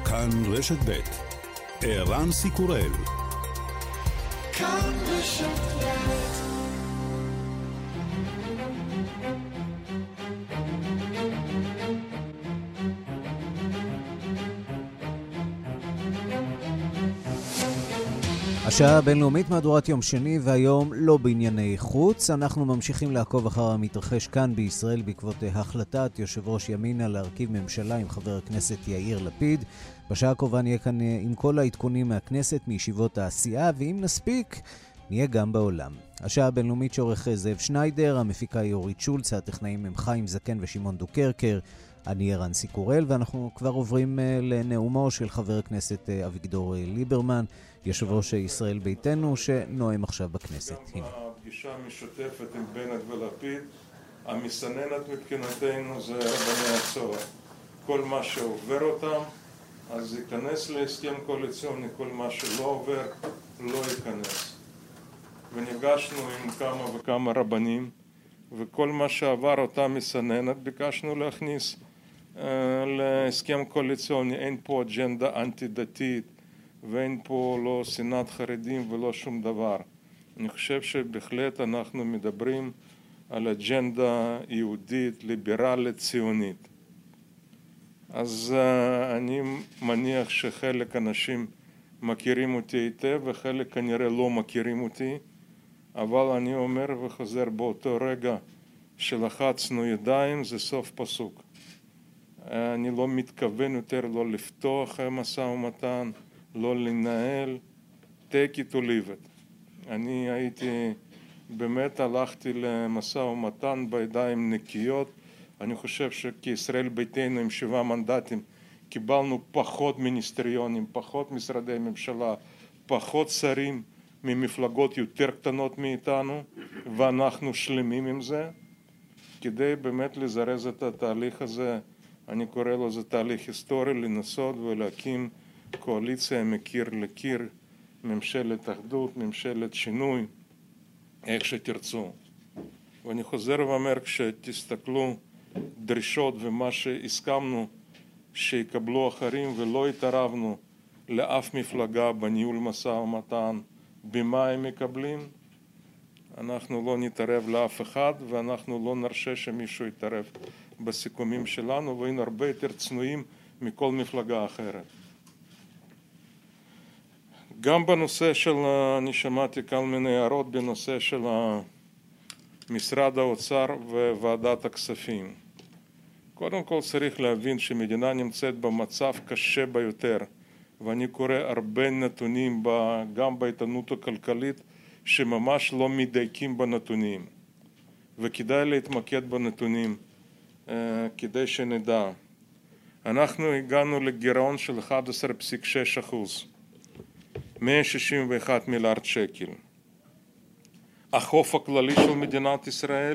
כאן רשת ב' ערן סיקורל. כאן רשת ב'. השעה הבינלאומית מהדורת יום שני, והיום לא בענייני חוץ. אנחנו ממשיכים לעקוב אחר המתרחש כאן בישראל בעקבות החלטת יושב ראש ימינה להרכיב ממשלה עם חבר הכנסת יאיר לפיד. בשעה הקרובה נהיה כאן עם כל העדכונים מהכנסת, מישיבות העשייה, ואם נספיק נהיה גם בעולם. השעה הבינלאומית שעורך זאב שניידר, המפיקה יורית שולץ, הטכנאים הם חיים זקן ושמעון דוקרקר. אני ערן סיקורל, ואנחנו כבר עוברים לנאומו של חבר הכנסת אביגדור ליברמן, יושב ראש ישראל ביתנו, שנואם עכשיו בכנסת. גם הפגישה המשותפת עם בנט ולפיד, המסננת מבחינתנו זה רבני הצוהר. כל מה שעובר אותם, אז ייכנס להסכם קואליציוני, כל מה שלא עובר, לא ייכנס. ונפגשנו עם כמה וכמה רבנים, וכל מה שעבר אותה מסננת ביקשנו להכניס להסכם קואליציוני. אין פה אג'נדה אנטי-דתית, ואין פה לא שנאת חרדים ולא שום דבר. אני חושב שבהחלט אנחנו מדברים על אג'נדה יהודית, ליברלית, ציונית. אז אני מניח שחלק אנשים מכירים אותי היטב, וחלק כנראה לא מכירים אותי, אבל אני אומר וחוזר באותו רגע שלחצנו ידיים, זה סוף פסוק. אני לא מתכוון יותר לא לפתוח משא ומתן, לא לנהל, take it or leave it. אני באמת הלכתי למשא ומתן בידיים נקיות. אני חושב שכישראל ביתנו עם 7 מנדטים קיבלנו פחות מיניסטריונים, פחות משרדי ממשלה, פחות שרים ממפלגות יותר קטנות מאיתנו, ואנחנו שלמים עם זה. כדי באמת לזרז את התהליך הזה, אני קורא לזה תהליך היסטורי, לנסות ולהקים קואליציה מקיר לקיר, ממשלת אחדות, ממשלת שינוי, איך שתרצו. ואני חוזר ואומר, כשתסתכלו דרישות ומה שהסכמנו שיקבלו אחרים, ולא התערבנו לאף מפלגה בניהול משא ומתן, במה הם מקבלים, אנחנו לא נתערב לאף אחד, ואנחנו לא נרשה שמישהו יתערב בסיכומים שלנו, והיינו הרבה יותר צנועים מכל מפלגה אחרת. גם בנושא של, אני שמעתי כל מיני הערות בנושא של משרד האוצר וועדת הכספים. קודם כל צריך להבין שמדינה נמצאת במצב קשה ביותר, ואני קורא הרבה נתונים גם בעיתונות הכלכלית שממש לא מדייקים בנתונים, וכדאי להתמקד בנתונים כדי שנדע. אנחנו הגענו לגירעון של 11.6%, 161 מיליארד שקל. החוב הכללי של מדינת ישראל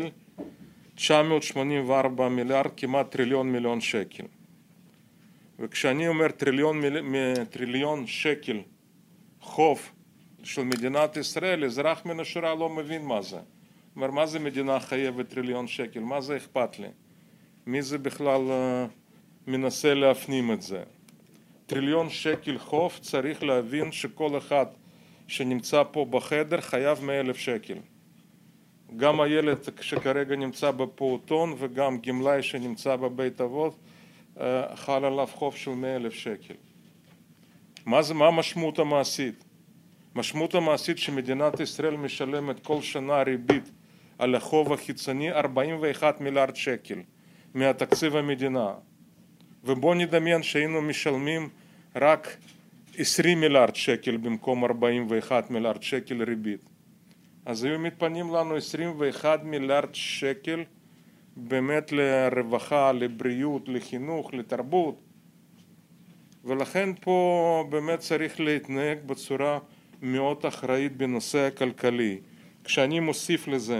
984 מיליארד, כמעט טריליון שקל. וכשאני אומר טריליון שקל חוב של מדינת ישראל, אזרח מן השורה לא מבין מה זה. אומר, מה זה מדינה חייבת טריליון שקל? מה זה אכפת לי? מי זה בכלל מנסה להפנים את זה? טריליון שקל חוב, צריך להבין שכל אחד שנמצא פה בחדר חייב 100,000 שקל. גם הילד שכרגע נמצא בפעוטון וגם גמלאי שנמצא בבית אבות, חל עליו חוב של 100,000 שקל. מה המשמעות המעשית? משמעות המעשית שמדינת ישראל משלמת כל שנה ריבית על החוב החיצוני 41 מיליארד שקל מהתקציב המדינה. ובוא נדמיין שהיינו משלמים רק 20 מיליארד שקל במקום 41 מיליארד שקל ריבית. אז היו מתפנים לנו 21 מיליארד שקל באמת לרווחה, לבריאות, לחינוך, לתרבות. ולכן פה באמת צריך להתנהג בצורה מאוד אחראית בנושא הכלכלי. כשאני מוסיף לזה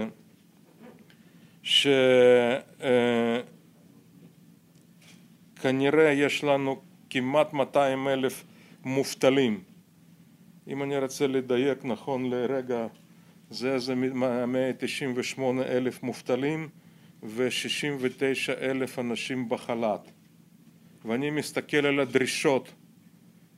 כנראה יש לנו כמעט 200,000 מובטלים. אם אני רוצה לדייק נכון לרגע, זה 198,000 מובטלים ו-69,000 אנשים בחל"ת. ואני מסתכל על הדרישות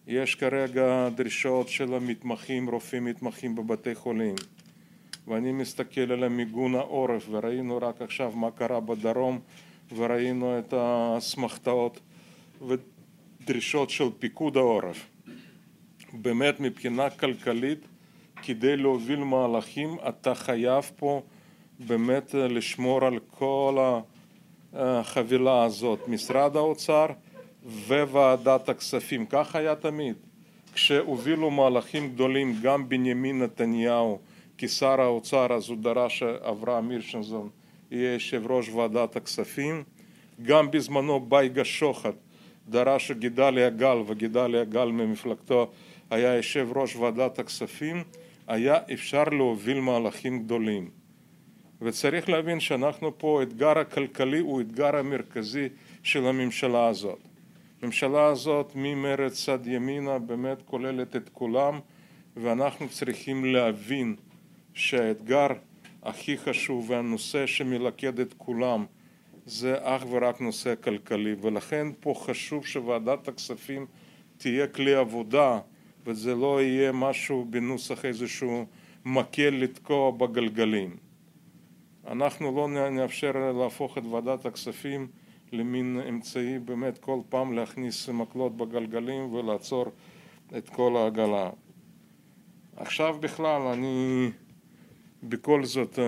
יש כרגע דרישות של המתמחים, רופאים מתמחים בבתי חולים. ואני מסתכל על המיגון העורף, וראינו רק עכשיו מה קרה בדרום, וראינו את הסמכתאות ודרישות של פיקוד העורף. באמת מבחינה כלכלית, כדי להוביל מהלכים, אתה חייב פה באמת לשמור על כל החבילה הזאת. משרד האוצר וועדת הכספים, כך היה תמיד. כשהובילו מהלכים גדולים, גם בנימין נתניהו, כשר האוצר, אז הוא דרש שאברהם הירשנזון יהיה יושב ראש ועדת הכספים. גם בזמנו בייגה שוחט דרש שגידליה גל, וגידליה גל ממפלגתו היה יושב ראש ועדת הכספים, היה אפשר להוביל מהלכים גדולים. וצריך להבין שאנחנו פה, האתגר הכלכלי הוא האתגר המרכזי של הממשלה הזאת. הממשלה הזאת ממרץ עד ימינה באמת כוללת את כולם, ואנחנו צריכים להבין שהאתגר הכי חשוב והנושא שמלכד את כולם זה אך ורק נושא כלכלי, ולכן פה חשוב שוועדת הכספים תהיה כלי עבודה, וזה לא יהיה משהו בנוסח איזשהו מקל לתקוע בגלגלים. אנחנו לא נאפשר להפוך את ועדת הכספים למין אמצעי באמת כל פעם להכניס מקלות בגלגלים ולעצור את כל העגלה. עכשיו בכלל אני בכל זאת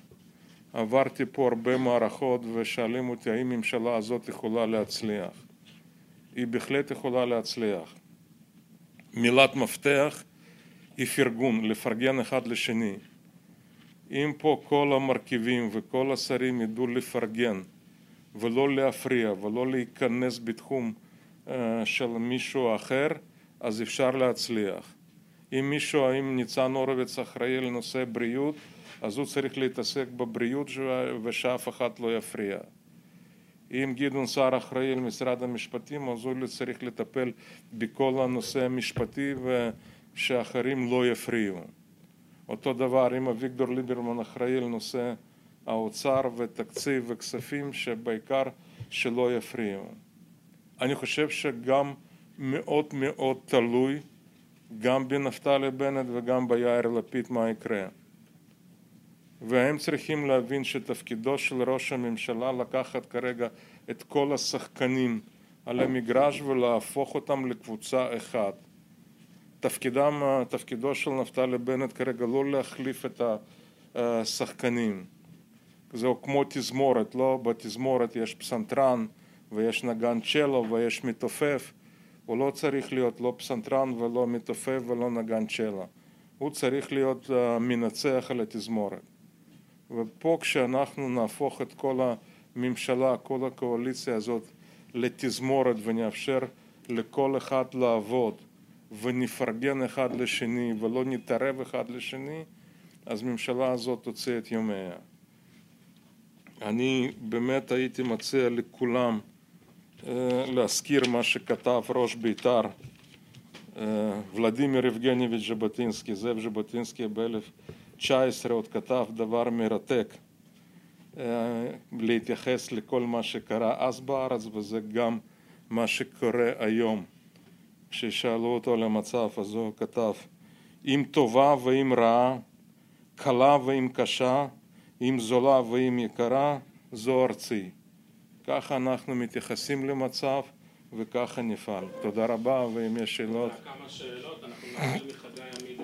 עברתי פה הרבה מערכות ושואלים אותי האם הממשלה הזאת יכולה להצליח. היא בהחלט יכולה להצליח. מילת מפתח היא פרגון, לפרגן אחד לשני. אם פה כל המרכיבים וכל השרים ידעו לפרגן ולא להפריע ולא להיכנס בתחום של מישהו אחר, אז אפשר להצליח. אם ניצן הורוביץ אחראי לנושא בריאות, אז הוא צריך להתעסק בבריאות ושאף אחד לא יפריע. אם גדעון סער אחראי למשרד המשפטים, אז הוא צריך לטפל בכל הנושא המשפטי ושאחרים לא יפריעו. אותו דבר אם אביגדור ליברמן אחראי לנושא האוצר ותקציב וכספים, שבעיקר שלא יפריעו. אני חושב שגם מאוד מאוד תלוי גם בנפתלי בנט וגם ביאיר לפיד מה יקרה. והם צריכים להבין שתפקידו של ראש הממשלה לקחת כרגע את כל השחקנים על המגרש ולהפוך אותם לקבוצה אחת. תפקידו של נפתלי בנט כרגע לא להחליף את השחקנים. זהו כמו תזמורת, לא? בתזמורת יש פסנתרן ויש נגן צ'לו ויש מתופף. הוא לא צריך להיות לא פסנתרן ולא מתופף ולא נגן צ'לו. הוא צריך להיות מנצח על התזמורת. ופה כשאנחנו נהפוך את כל הממשלה, כל הקואליציה הזאת לתזמורת ונאפשר לכל אחד לעבוד ונפרגן אחד לשני ולא נתערב אחד לשני, אז הממשלה הזאת תוציא את יומיה. אני באמת הייתי מציע לכולם להזכיר מה שכתב ראש בית"ר, ולדימיר יבגניביץ' ז'בוטינסקי. זאב ז'בוטינסקי ב-1919 עוד כתב דבר מרתק, להתייחס לכל מה שקרה אז בארץ, וזה גם מה שקורה היום. כששאלו אותו על המצב, אז הוא כתב, אם טובה ואם רעה, קלה ואם קשה, אם זולה ואם יקרה, זו ארצי. ככה אנחנו מתייחסים למצב וככה נפעל. תודה רבה, ואם יש שאלות... כמה שאלות, אנחנו נתחיל מחגי ימין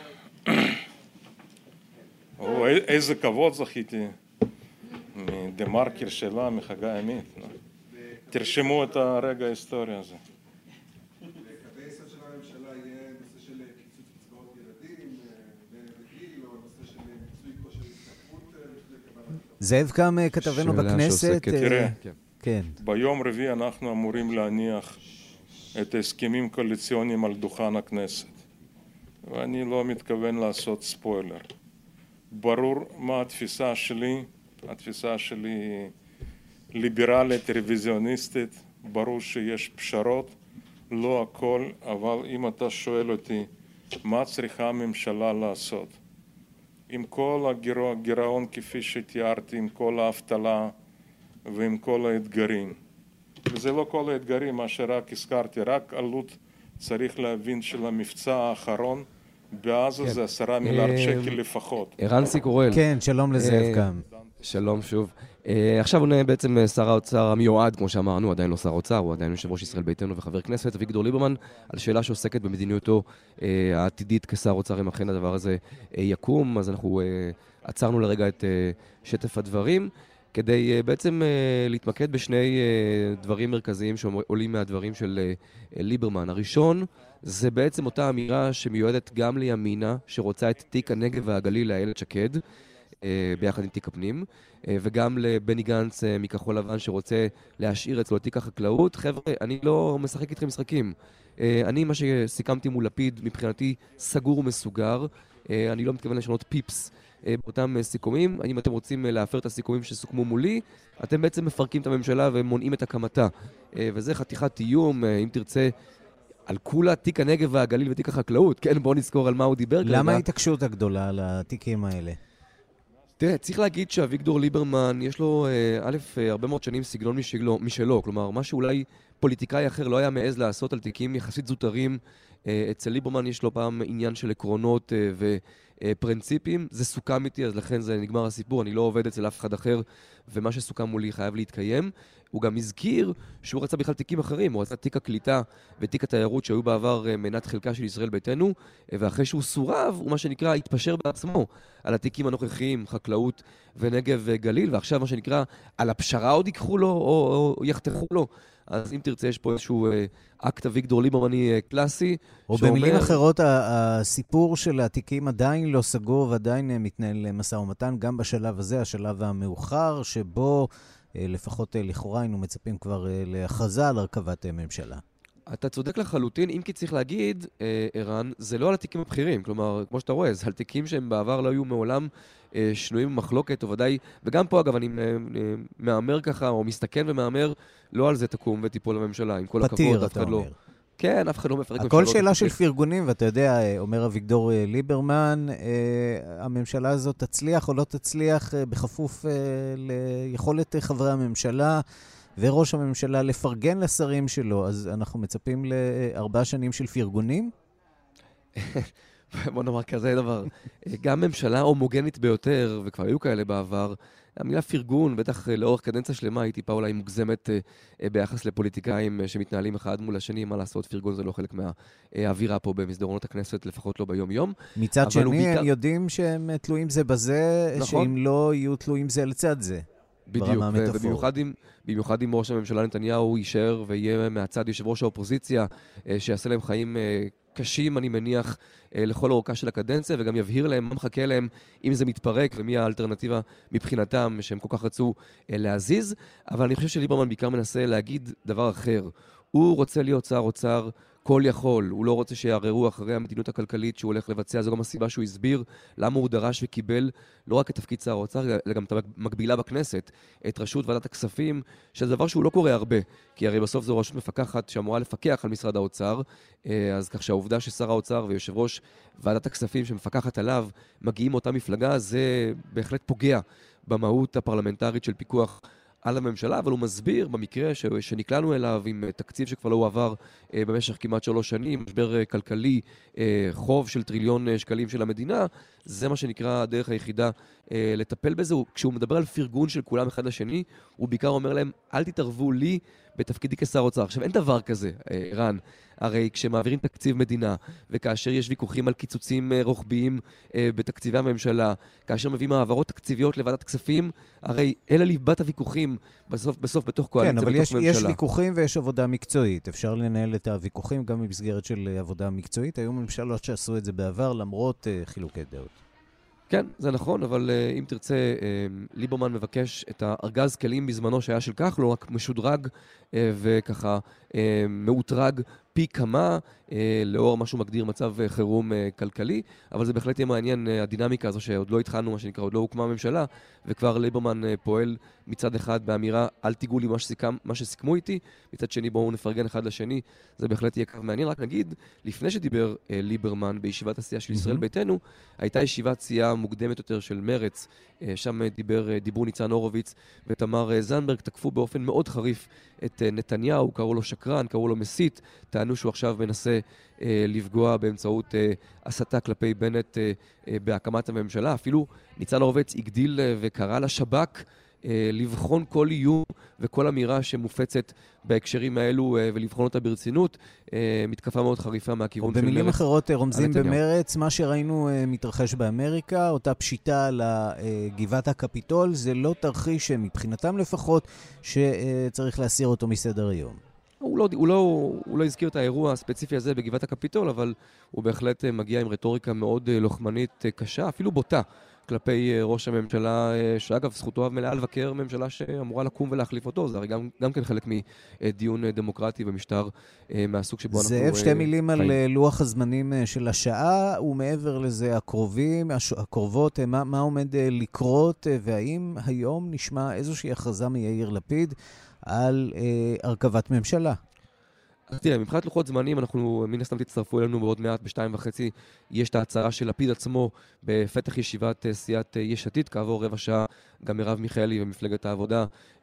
למרקר. איזה כבוד זכיתי מדמרקר שלה, מחגי ימין. תרשמו את הרגע ההיסטורי הזה. בקווי יסוד של הממשלה יהיה נושא של קיצוץ קצבאות ילדים, בגיל, או נושא של מיצוי כושר השתכרות. זאב קם כתבנו בכנסת. תראה, כן. ביום רביעי אנחנו אמורים להניח את ההסכמים קואליציוניים על דוכן הכנסת. ואני לא מתכוון לעשות ספוילר. ברור מה התפיסה שלי. התפיסה שלי היא ליברלית, רוויזיוניסטית. ברור שיש פשרות, לא הכל, אבל אם אתה שואל אותי מה צריכה הממשלה לעשות, עם כל הגירעון כפי שתיארתי, עם כל האבטלה ועם כל האתגרים, וזה לא כל האתגרים, מה שרק הזכרתי, רק עלות צריך להבין שלמבצע האחרון בעזה זה 10 מיליארד שקל לפחות. רנסי קורל. כן, שלום לזאב קם. שלום שוב. עכשיו עונה בעצם שר האוצר המיועד, כמו שאמרנו, עדיין לא שר האוצר, הוא עדיין יושב ראש ישראל ביתנו וחבר כנסת, אביגדור ליברמן, על שאלה שעוסקת במדיניותו העתידית כשר האוצר, אם אכן הדבר הזה יקום. אז אנחנו עצרנו לרגע את שטף הדברים, כדי בעצם להתמקד בשני דברים מרכזיים שעולים מהדברים של ליברמן. הראשון, זה בעצם אותה אמירה שמיועדת גם לימינה, שרוצה את תיק הנגב והגליל לאיילת שקד, ביחד עם תיק הפנים, וגם לבני גנץ מכחול לבן שרוצה להשאיר אצלו את תיק החקלאות. חבר'ה, אני לא משחק איתכם משחקים. אני, מה שסיכמתי מול לפיד, מבחינתי סגור ומסוגר. אני לא מתכוון לשנות פיפס באותם סיכומים. אם אתם רוצים להפר את הסיכומים שסוכמו מולי, אתם בעצם מפרקים את הממשלה ומונעים את הקמתה. וזה חתיכת איום, אם תרצה, על כולה תיק הנגב והגליל ותיק החקלאות. כן, בואו נזכור על מה הוא דיבר. למה ההתעקשות הגדולה על התיקים האלה? תראה, צריך להגיד שאביגדור ליברמן, יש לו הרבה מאוד שנים סגנון משלו. כלומר, מה שאולי פוליטיקאי אחר לא היה מעז לעשות על תיקים יחסית זוטרים, אצל ליברמן יש לו פעם עניין של עקרונות ופרינציפים. זה סוכם איתי, אז לכן זה נגמר הסיפור. אני לא עובד אצל אף אחד אחר, ומה שסוכם מולי חייב להתקיים. הוא גם הזכיר שהוא רצה בכלל תיקים אחרים. הוא רצה תיק הקליטה ותיק התיירות שהיו בעבר מנת חלקה של ישראל ביתנו, ואחרי שהוא סורב, הוא מה שנקרא התפשר בעצמו על התיקים הנוכחיים, חקלאות ונגב וגליל, ועכשיו מה שנקרא על הפשרה עוד ייקחו לו או יחתכו לו. אז אם תרצה, יש פה איזשהו אקט אביגדור ליברמני קלאסי. או במילים אחרות, הסיפור של התיקים עדיין לא סגור ועדיין מתנהל משא ומתן, גם בשלב הזה, השלב המאוחר, שבו לפחות לכאורה היינו מצפים כבר להכרזה על הרכבת ממשלה. אתה צודק לחלוטין, אם כי צריך להגיד, ערן, זה לא על התיקים הבכירים. כלומר, כמו שאתה רואה, זה על תיקים שהם בעבר לא היו מעולם שנויים במחלוקת, או ודאי, וגם פה אגב אני מאמר ככה, או מסתכן ומאמר, לא על זה תקום וטיפול לממשלה, עם כל הכבוד, אף אחד לא. כן, אף אחד לא מפרק ממשלות. הכל שאלה של פרגונים, ואתה יודע, אומר אביגדור ליברמן, הממשלה הזאת תצליח או לא תצליח בכפוף ליכולת חברי הממשלה וראש הממשלה לפרגן לשרים שלו. אז אנחנו מצפים ל4 שנים של פרגונים? בוא נאמר כזה דבר. גם ממשלה הומוגנית ביותר, וכבר היו כאלה בעבר, המילה פרגון, בטח לאורך קדנציה שלמה, היא טיפה אולי מוגזמת ביחס לפוליטיקאים שמתנהלים אחד מול השני. מה לעשות, פרגון זה לא חלק מהאווירה פה במסדרונות הכנסת, לפחות לא ביום-יום. מצד שני, הם יודעים שהם תלויים זה בזה, נכון? שאם לא יהיו תלויים זה לצד זה. בדיוק, ובמיוחד אם ראש הממשלה נתניהו יישאר ויהיה מהצד יושב ראש האופוזיציה, שיעשה להם חיים קשים, אני מניח, לכל אורכה של הקדנציה, וגם יבהיר להם מה מחכה להם אם זה מתפרק, ומי האלטרנטיבה מבחינתם שהם כל כך רצו להזיז. אבל אני חושב שליברמן בעיקר מנסה להגיד דבר אחר. הוא רוצה להיות שר אוצר כל יכול, הוא לא רוצה שיערערו אחרי המדיניות הכלכלית שהוא הולך לבצע. זו גם הסיבה שהוא הסביר למה הוא דרש וקיבל לא רק את תפקיד שר האוצר, אלא גם את המקבילה בכנסת, את רשות ועדת הכספים, שזה דבר שהוא לא קורה הרבה, כי הרי בסוף זו רשות מפקחת שאמורה לפקח על משרד האוצר, אז כך שהעובדה ששר האוצר ויושב ראש ועדת הכספים שמפקחת עליו מגיעים מאותה מפלגה, זה בהחלט פוגע במהות הפרלמנטרית של פיקוח על הממשלה. אבל הוא מסביר במקרה שנקלענו אליו עם תקציב שכבר לא עבר במשך כמעט 3 שנים, משבר כלכלי, חוב של 1 טריליון שקלים של המדינה, זה מה שנקרא הדרך היחידה לטפל בזה. כשהוא מדבר על פרגון של כולם אחד לשני, הוא בעיקר אומר להם, אל תתערבו לי בתפקידי כשר אוצר. עכשיו, אין דבר כזה, רן. הרי כשמעבירים תקציב מדינה, וכאשר יש ויכוחים על קיצוצים רוחביים בתקציבי הממשלה, כאשר מביאים העברות תקציביות לוועדת כספים, הרי אלה ליבת הוויכוחים בסוף בתוך קואליציה, כן, אבל יש ויכוחים ויש עבודה מקצועית. אפשר לנהל את הוויכוחים גם במסגרת של עבודה מקצועית. היו ממשלות שעשו את זה בעבר למרות חילוקי דעות. כן, זה נכון, אבל אם תרצה, ליברמן מבקש את הארגז כלים בזמנו שהיה של כך, לא רק משודרג וככה מאותרג פי כמה, לאור מה שהוא מגדיר מצב חירום כלכלי, אבל זה בהחלט יהיה מעניין, הדינמיקה הזו שעוד לא התחלנו, מה שנקרא, עוד לא הוקמה הממשלה, וכבר ליברמן פועל מצד אחד באמירה, אל תיגעו לי מה שסיכמו איתי, מצד שני בואו נפרגן אחד לשני, זה בהחלט יהיה קו מעניין. רק נגיד, לפני שדיבר ליברמן בישיבת הסיעה של ישראל ביתנו, הייתה ישיבת סיעה מוקדמת יותר של מרץ, שם דיברו ניצן הורוביץ ותמר זנדברג, תקפו באופן מאוד חריף את נתניהו, קראו לו שקרן, קראו לו מסית, טענו שהוא עכשיו מנסה לפגוע באמצעות הסתה כלפי בנט בהקמת הממשלה. אפילו ניצן הורוביץ הגדיל וקרא לשב"כ לבחון כל איום וכל אמירה שמופצת בהקשרים האלו ולבחון אותה ברצינות, מתקפה מאוד חריפה מהכיוון של מרץ. במילים אחרות רומזים במרץ, מה שראינו מתרחש באמריקה, אותה פשיטה לגבעת הקפיטול, זה לא תרחיש מבחינתם לפחות שצריך להסיר אותו מסדר היום. הוא לא הזכיר את האירוע הספציפי הזה בגבעת הקפיטול, אבל הוא בהחלט מגיע עם רטוריקה מאוד לוחמנית קשה, אפילו בוטה, כלפי ראש הממשלה, שאגב, זכותו מלאה לבקר ממשלה שאמורה לקום ולהחליף אותו. זה הרי גם כן חלק מדיון דמוקרטי במשטר מהסוג שבו אנחנו זאב, שתי מילים על לוח הזמנים של השעה, ומעבר לזה הקרובות, מה עומד לקרות, והאם היום נשמע איזושהי הכרזה מיאיר לפיד על הרכבת ממשלה? אז תראה, מבחינת לוחות זמנים, אנחנו מן הסתם תצטרפו אלינו בעוד מעט ב2:30. יש את ההצהרה של לפיד עצמו בפתח ישיבת סיעת יש עתיד, כעבור רבע שעה גם מרב מיכאלי ומפלגת העבודה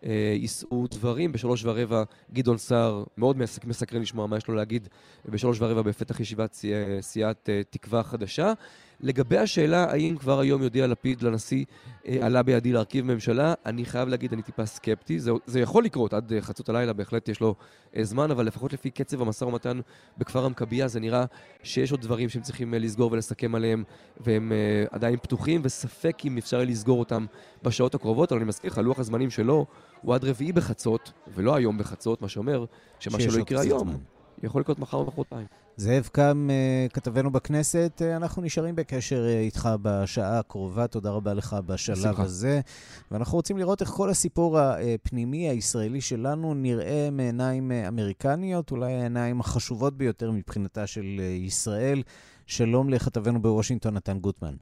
יישאו דברים. ב3:15 גדעון סער, מאוד מסקרן לשמוע מה יש לו להגיד, ב3:15 בפתח ישיבת סיעת תקווה חדשה. לגבי השאלה, האם כבר היום יודיע לפיד לנשיא עלה בידי להרכיב ממשלה, אני חייב להגיד, אני טיפה סקפטי. זה יכול לקרות עד חצות הלילה, בהחלט יש לו זמן, אבל לפחות לפי קצב המשא ומתן בכפר המכבייה, זה נראה שיש עוד דברים שהם צריכים לסגור ולסכם עליהם, והם עדיין פתוחים, וספק אם אפשר לסגור אותם בשעות הקרובות. אבל אני מזכיר לך, לוח הזמנים שלו הוא עד רביעי בחצות, ולא היום בחצות, מה שאומר שמה שלא יקרה היום יכול לקרות מחר או מחרתיים. זאב קם, כתבנו בכנסת, אנחנו נשארים בקשר איתך בשעה הקרובה, תודה רבה לך בשלב הזה, ואנחנו רוצים לראות איך כל הסיפור הפנימי הישראלי שלנו נראה מעיניים אמריקניות, אולי העיניים החשובות ביותר מבחינתה של ישראל. שלום לכתבנו בוושינגטון, נתן גוטמן.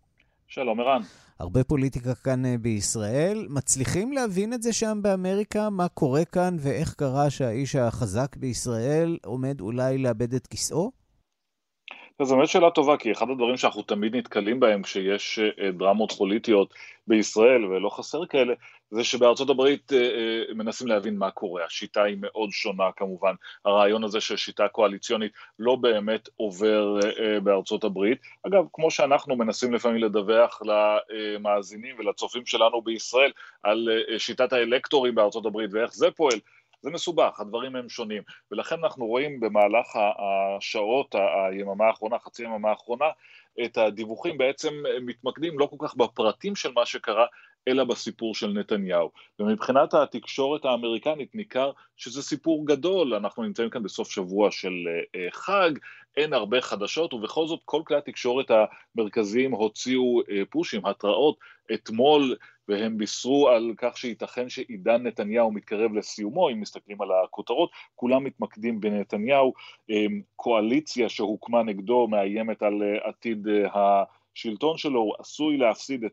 שלום ערן. הרבה פוליטיקה כאן בישראל. מצליחים להבין את זה שם באמריקה? מה קורה כאן ואיך קרה שהאיש החזק בישראל עומד אולי לאבד את כיסאו? זו באמת שאלה טובה, כי אחד הדברים שאנחנו תמיד נתקלים בהם כשיש דרמות פוליטיות בישראל, ולא חסר כאלה, זה שבארצות הברית מנסים להבין מה קורה. השיטה היא מאוד שונה כמובן. הרעיון הזה ששיטה קואליציונית לא באמת עובר בארצות הברית. אגב, כמו שאנחנו מנסים לפעמים לדווח למאזינים ולצופים שלנו בישראל, על שיטת האלקטורים בארצות הברית ואיך זה פועל, זה מסובך, הדברים הם שונים, ולכן אנחנו רואים במהלך השעות, היממה האחרונה, חצי יממה האחרונה, את הדיווחים בעצם מתמקדים לא כל כך בפרטים של מה שקרה, אלא בסיפור של נתניהו. ומבחינת התקשורת האמריקנית ניכר שזה סיפור גדול, אנחנו נמצאים כאן בסוף שבוע של חג, אין הרבה חדשות, ובכל זאת כל כלי התקשורת המרכזיים הוציאו פושים, התראות אתמול, והם בישרו על כך שייתכן שעידן נתניהו מתקרב לסיומו. אם מסתכלים על הכותרות, כולם מתמקדים בנתניהו, קואליציה שהוקמה נגדו מאיימת על עתיד השלטון שלו, הוא עשוי להפסיד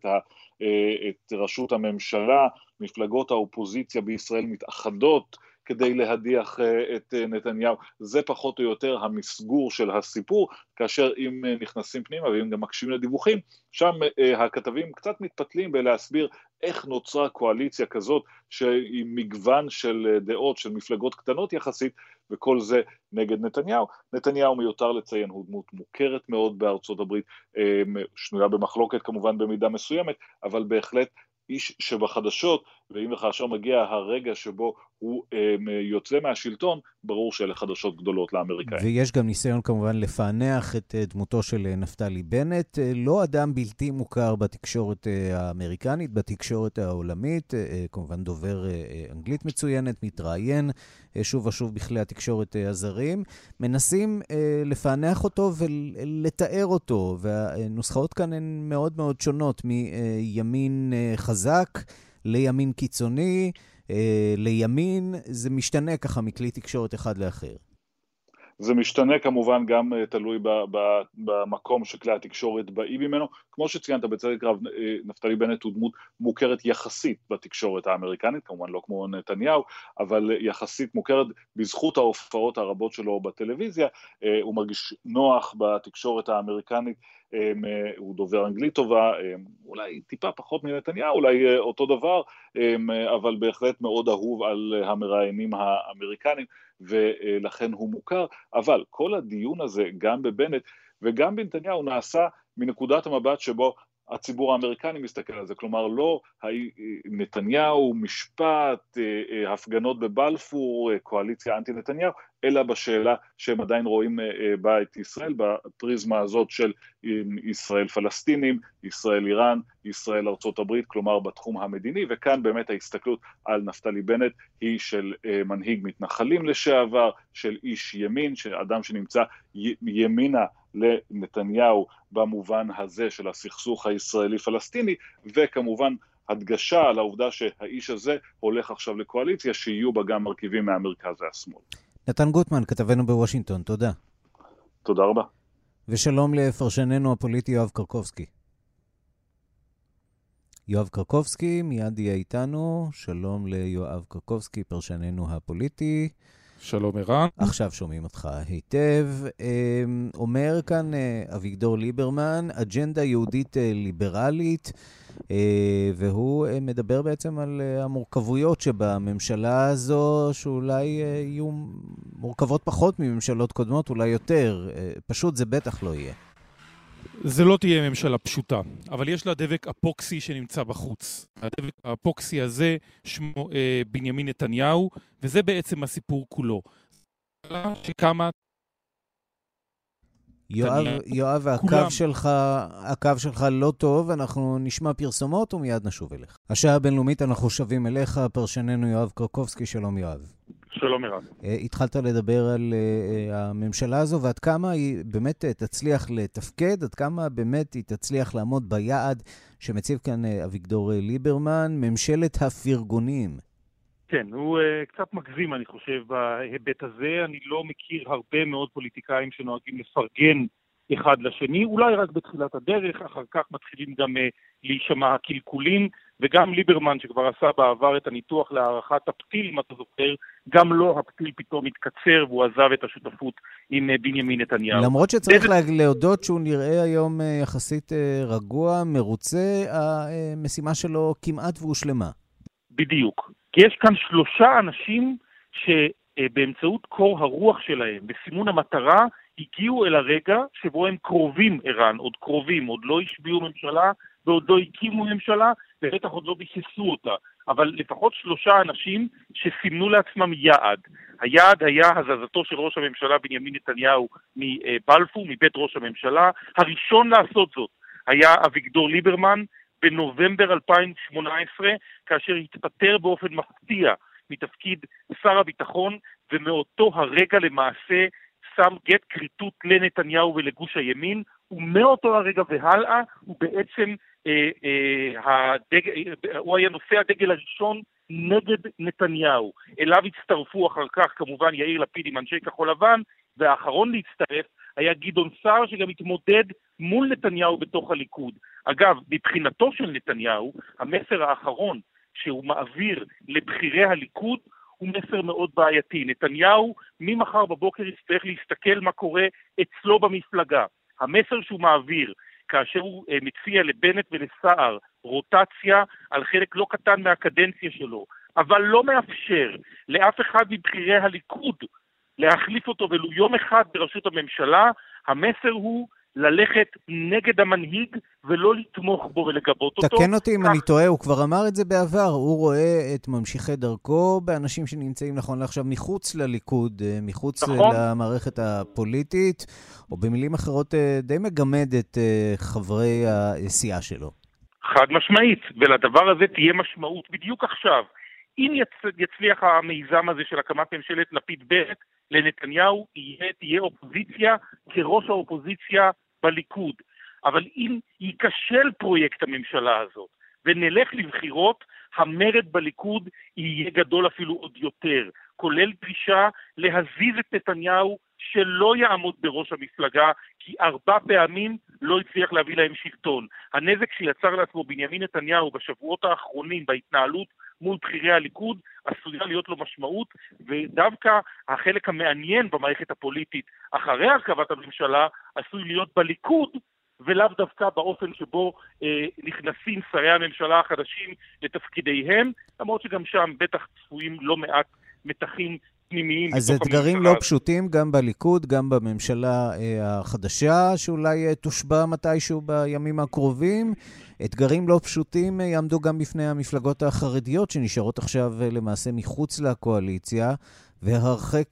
את ראשות הממשלה, מפלגות האופוזיציה בישראל מתאחדות כדי להדיח את נתניהו. זה פחות או יותר המסגור של הסיפור, כאשר אם נכנסים פנימה ואם גם מקשיבים לדיווחים, שם הכתבים קצת מתפתלים בלהסביר איך נוצרה קואליציה כזאת שהיא מגוון של דעות של מפלגות קטנות יחסית, וכל זה נגד נתניהו. נתניהו מיותר לציין, הוא דמות מוכרת מאוד בארצות הברית, שנויה במחלוקת כמובן במידה מסוימת, אבל בהחלט איש שבחדשות, ואם וכאשר מגיע הרגע שבו הוא יוצא מהשלטון, ברור שאלה חדשות גדולות לאמריקאים. ויש גם ניסיון כמובן לפענח את דמותו של נפתלי בנט, לא אדם בלתי מוכר בתקשורת האמריקנית, בתקשורת העולמית, כמובן דובר אנגלית מצוינת, מתראיין שוב ושוב בכלי התקשורת הזרים, מנסים לפענח אותו ולתאר אותו, והנוסחאות כאן הן מאוד מאוד שונות, מימין חזק לימין קיצוני, לימין, זה משתנה ככה מכלי תקשורת אחד לאחר. זה משתנה כמובן גם תלוי במקום שכלי התקשורת באים ממנו, כמו שציינת בצדק רב, נפתלי בנט הוא דמות מוכרת יחסית בתקשורת האמריקנית, כמובן לא כמו נתניהו, אבל יחסית מוכרת בזכות ההופעות הרבות שלו בטלוויזיה, הוא מרגיש נוח בתקשורת האמריקנית, הוא דובר אנגלית טובה, אולי טיפה פחות מנתניהו, אולי אותו דבר, אבל בהחלט מאוד אהוב על המראיינים האמריקנים, ולכן הוא מוכר, אבל כל הדיון הזה, גם בבנט וגם בנתניהו, נעשה מנקודת המבט שבו הציבור האמריקני מסתכל על זה, כלומר לא נתניהו, משפט, הפגנות בבלפור, קואליציה אנטי נתניהו, אלא בשאלה שהם עדיין רואים בה את ישראל, בפריזמה הזאת של ישראל פלסטינים, ישראל איראן, ישראל ארצות הברית, כלומר בתחום המדיני, וכאן באמת ההסתכלות על נפתלי בנט היא של מנהיג מתנחלים לשעבר, של איש ימין, של אדם שנמצא ימינה לנתניהו במובן הזה של הסכסוך הישראלי-פלסטיני, וכמובן הדגשה על העובדה שהאיש הזה הולך עכשיו לקואליציה שיהיו בה גם מרכיבים מהמרכז והשמאל. נתן גוטמן, כתבנו בוושינגטון, תודה. תודה רבה. ושלום לפרשננו הפוליטי יואב קרקובסקי. יואב קרקובסקי מיד יהיה איתנו. שלום ליואב קרקובסקי, פרשננו הפוליטי. שלום ערן. עכשיו שומעים אותך היטב. אומר כאן אביגדור ליברמן, אג'נדה יהודית ליברלית, והוא מדבר בעצם על המורכבויות שבממשלה הזו, שאולי יהיו מורכבות פחות מממשלות קודמות, אולי יותר. פשוט זה בטח לא יהיה. זה לא תהיה ממשלה פשוטה, אבל יש לה דבק אפוקסי שנמצא בחוץ. הדבק האפוקסי הזה שמו בנימין נתניהו, וזה בעצם הסיפור כולו. שכמה... יואב, הקו שלך לא טוב, אנחנו נשמע פרסומות ומיד נשוב אליך. השעה הבינלאומית, אנחנו שווים אליך, פרשננו יואב קרקובסקי. שלום יואב. שלום ערן. התחלת לדבר על הממשלה הזו, ועד כמה היא באמת תצליח לתפקד, עד כמה באמת היא תצליח לעמוד ביעד שמציב כאן אביגדור ליברמן, ממשלת הפרגונים. כן, הוא קצת מגזים, אני חושב, בהיבט הזה. אני לא מכיר הרבה מאוד פוליטיקאים שנוהגים לפרגן אחד לשני, אולי רק בתחילת הדרך, אחר כך מתחילים גם להישמע הקלקולים, וגם ליברמן שכבר עשה בעבר את הניתוח להערכת הפתיל, אם אתה זוכר, גם לא הפתיל פתאום התקצר והוא עזב את השותפות עם בנימין נתניהו. למרות שצריך להודות שהוא נראה היום יחסית רגוע, מרוצה, המשימה שלו כמעט והושלמה. בדיוק. כי יש כאן 3 אנשים שבאמצעות קור הרוח שלהם, בסימון המטרה, הגיעו אל הרגע שבו הם קרובים, ערן, עוד קרובים, עוד לא השביעו ממשלה ועוד לא הקימו ממשלה, ובטח עוד לא ביססו אותה. אבל לפחות 3 אנשים שסימנו לעצמם יעד. היעד היה הזזתו של ראש הממשלה בנימין נתניהו מבלפור, מבית ראש הממשלה. הראשון לעשות זאת היה אביגדור ליברמן בנובמבר 2018, כאשר התפטר באופן מפתיע מתפקיד שר הביטחון, ומאותו הרגע למעשה שם גט קריטות לנתניהו ולגוש הימין, ומאותו הרגע והלאה הוא בעצם הוא היה נושא הדגל הראשון נגד נתניהו. אליו הצטרפו אחר כך כמובן יאיר לפיד עם אנשי כחול לבן, והאחרון להצטרף היה גדעון סער שגם התמודד מול נתניהו בתוך הליכוד. אגב, מבחינתו של נתניהו, המסר האחרון שהוא מעביר לבחירי הליכוד הוא מסר מאוד בעייתי. נתניהו ממחר בבוקר יצטרך להסתכל מה קורה אצלו במפלגה. המסר שהוא מעביר כאשר הוא מציע לבנט ולסער רוטציה על חלק לא קטן מהקדנציה שלו, אבל לא מאפשר לאף אחד מבחירי הליכוד להחליף אותו ולו יום אחד בראשות הממשלה, המסר הוא ללכת נגד המנהיג ולא לתמוך בו ולגבות אותו. תקן אותי אם אני טועה, הוא כבר אמר את זה בעבר, הוא רואה את ממשיכי דרכו באנשים שנמצאים נכון לעכשיו מחוץ לליכוד, מחוץ למערכת הפוליטית, או במילים אחרות די מגמד את חברי הסיעה שלו. חד משמעית, ולדבר הזה תהיה משמעות בדיוק עכשיו. אם יצליח המיזם הזה של הקמת ממשלת לפיד-בנט, לנתניהו תהיה אופוזיציה כראש האופוזיציה בליכוד. אבל אם ייכשל פרויקט הממשלה הזאת ונלך לבחירות, המרד בליכוד יהיה גדול אפילו עוד יותר. כולל דרישה להזיז את נתניהו שלא יעמוד בראש המפלגה, כי 4 פעמים לא הצליח להביא להם שלטון. הנזק שיצר לעצמו בנימין נתניהו בשבועות האחרונים בהתנהלות מול בחירי הליכוד עשויה להיות לו משמעות, ודווקא החלק המעניין במערכת הפוליטית אחרי הרכבת הממשלה עשוי להיות בליכוד, ולאו דווקא באופן שבו נכנסים שרי הממשלה החדשים לתפקידיהם, למרות שגם שם בטח צפויים לא מעט מתחים פנימיים. אז אתגרים לא פשוטים גם בליכוד, גם בממשלה החדשה, שאולי תושבע מתישהו בימים הקרובים. אתגרים לא פשוטים יעמדו גם בפני המפלגות החרדיות, שנשארות עכשיו למעשה מחוץ לקואליציה, והרחק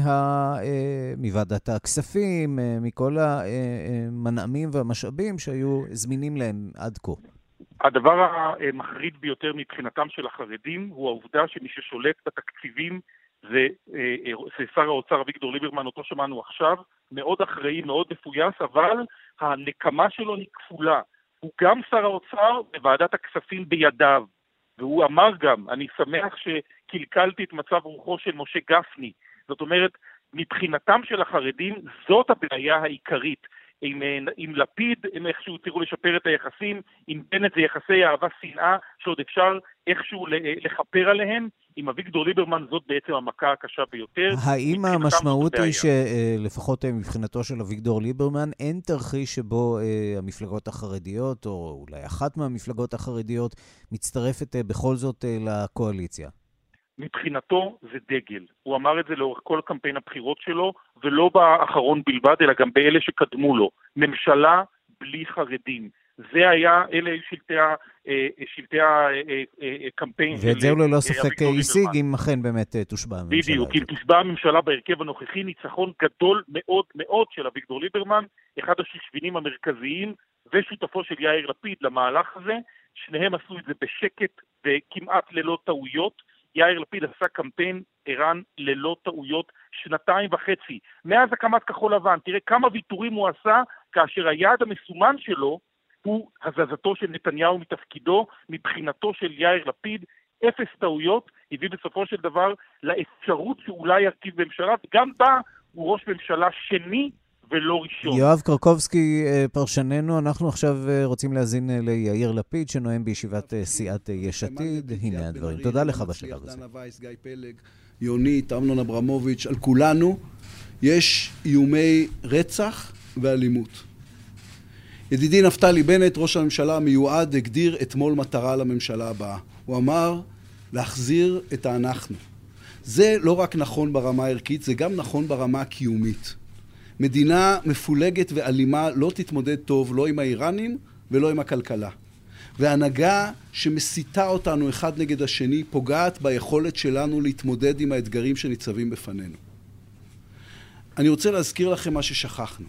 מוועדת הכספים, מכל המנעמים והמשאבים שהיו זמינים להם עד כה. הדבר המחריד ביותר מבחינתם של החרדים הוא העובדה שמי ששולט בתקציבים זה שר האוצר אביגדור ליברמן, אותו שמענו עכשיו, מאוד אחראי, מאוד מפויס, אבל הנקמה שלו היא כפולה. הוא גם שר האוצר בוועדת הכספים בידיו, והוא אמר גם, אני שמח שקלקלתי את מצב רוחו של משה גפני. זאת אומרת, מבחינתם של החרדים, זאת הבעיה העיקרית. עם לפיד, הם איכשהו תראו לשפר את היחסים, עם בנט זה יחסי אהבה שנאה, שעוד אפשר איכשהו לחפר עליהם, עם אביגדור ליברמן זאת בעצם המכה הקשה ביותר. האם המשמעות היא שלפחות מבחינתו של אביגדור ליברמן, אין תרחיש שבו המפלגות החרדיות, או אולי אחת מהמפלגות החרדיות, מצטרפת בכל זאת לקואליציה? מבחינתו זה דגל. הוא אמר את זה לאורך כל קמפיין הבחירות שלו, ולא באחרון בלבד, אלא גם באלה שקדמו לו. ממשלה בלי חרדים. זה היה, אלה שלטי הקמפיין. ואת זה אולי לא ספק השיג, אם אכן באמת תושבע הממשלה. בדיוק, אם תושבע הממשלה בהרכב הנוכחי, ניצחון גדול מאוד מאוד של אביגדור ליברמן, אחד השושבינים המרכזיים, ושותפו של יאיר לפיד למהלך הזה. שניהם עשו את זה בשקט וכמעט ללא טעויות. יאיר לפיד עשה קמפיין ערן ללא טעויות 2.5. מאז הקמת כחול לבן, תראה כמה ויתורים הוא עשה, כאשר היעד המסומן שלו הוא הזזתו של נתניהו מתפקידו. מבחינתו של יאיר לפיד, 0 טעויות, הביא בסופו של דבר לאפשרות שאולי ירכיב ממשלה, וגם בה הוא ראש ממשלה שני ולא ראשון. יואב קרקובסקי, פרשננו, אנחנו עכשיו רוצים להזין ליאיר לפיד, שנואם בישיבת סיעת יש עתיד. הנה הדברים. תודה לך בשלב הזה. דנה וייס, גיא פלג, יונית, אמנון אברמוביץ', על כולנו יש איומי רצח ואלימות. ידידי נפתלי בנט, ראש הממשלה המיועד, הגדיר אתמול מטרה לממשלה הבאה. הוא אמר להחזיר את האנחנו. זה לא רק נכון ברמה הערכית, זה גם נכון ברמה הקיומית. מדינה מפולגת ואלימה לא תתמודד טוב לא עם האיראנים ולא עם הכלכלה. והנהגה שמסיתה אותנו אחד נגד השני פוגעת ביכולת שלנו להתמודד עם האתגרים שניצבים בפנינו. אני רוצה להזכיר לכם מה ששכחנו.